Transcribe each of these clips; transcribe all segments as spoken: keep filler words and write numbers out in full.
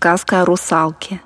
Сказка о русалке.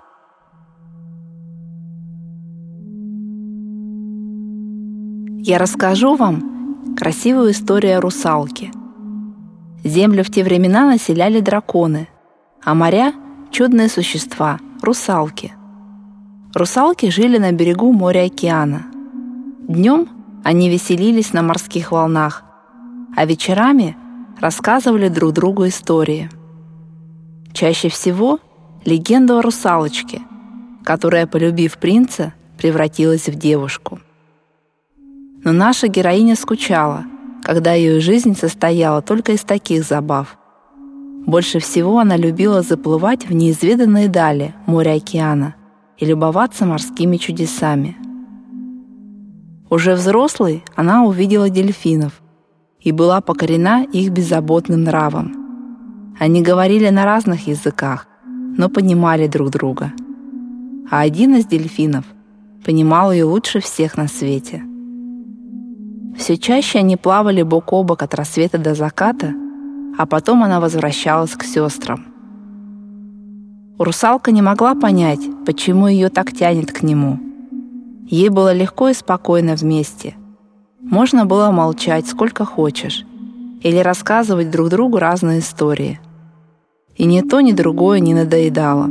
Я расскажу вам красивую историю о русалке. Землю в те времена населяли драконы, а моря — чудные существа — русалки. Русалки жили на берегу моря-океана. Днем они веселились на морских волнах, а вечерами рассказывали друг другу истории. Чаще всего легенду о русалочке, которая, полюбив принца, превратилась в девушку. Но наша героиня скучала, когда ее жизнь состояла только из таких забав. Больше всего она любила заплывать в неизведанные дали моря-океана и любоваться морскими чудесами. Уже взрослой она увидела дельфинов и была покорена их беззаботным нравом. Они говорили на разных языках, но понимали друг друга. А один из дельфинов понимал ее лучше всех на свете. Все чаще они плавали бок о бок от рассвета до заката, а потом она возвращалась к сестрам. Русалка не могла понять, почему ее так тянет к нему. Ей было легко и спокойно вместе. Можно было молчать сколько хочешь или рассказывать друг другу разные истории. И ни то, ни другое не надоедало.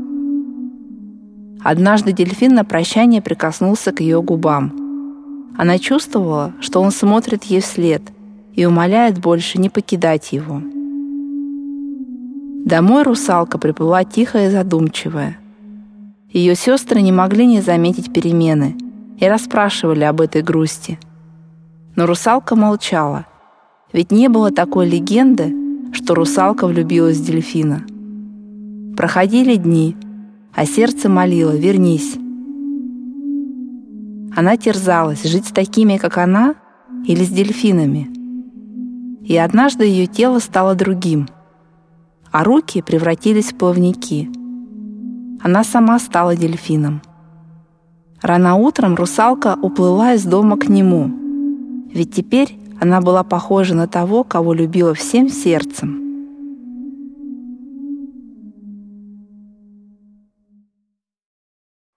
Однажды дельфин на прощание прикоснулся к ее губам. Она чувствовала, что он смотрит ей вслед и умоляет больше не покидать его. Домой русалка приплыла тихая и задумчивая. Ее сестры не могли не заметить перемены и расспрашивали об этой грусти. Но русалка молчала, ведь не было такой легенды, что русалка влюбилась в дельфина. Проходили дни, а сердце молило: «Вернись». Она терзалась, жить с такими, как она, или с дельфинами. И однажды ее тело стало другим, а руки превратились в плавники. Она сама стала дельфином. Рано утром русалка уплыла из дома к нему, ведь теперь она была похожа на того, кого любила всем сердцем.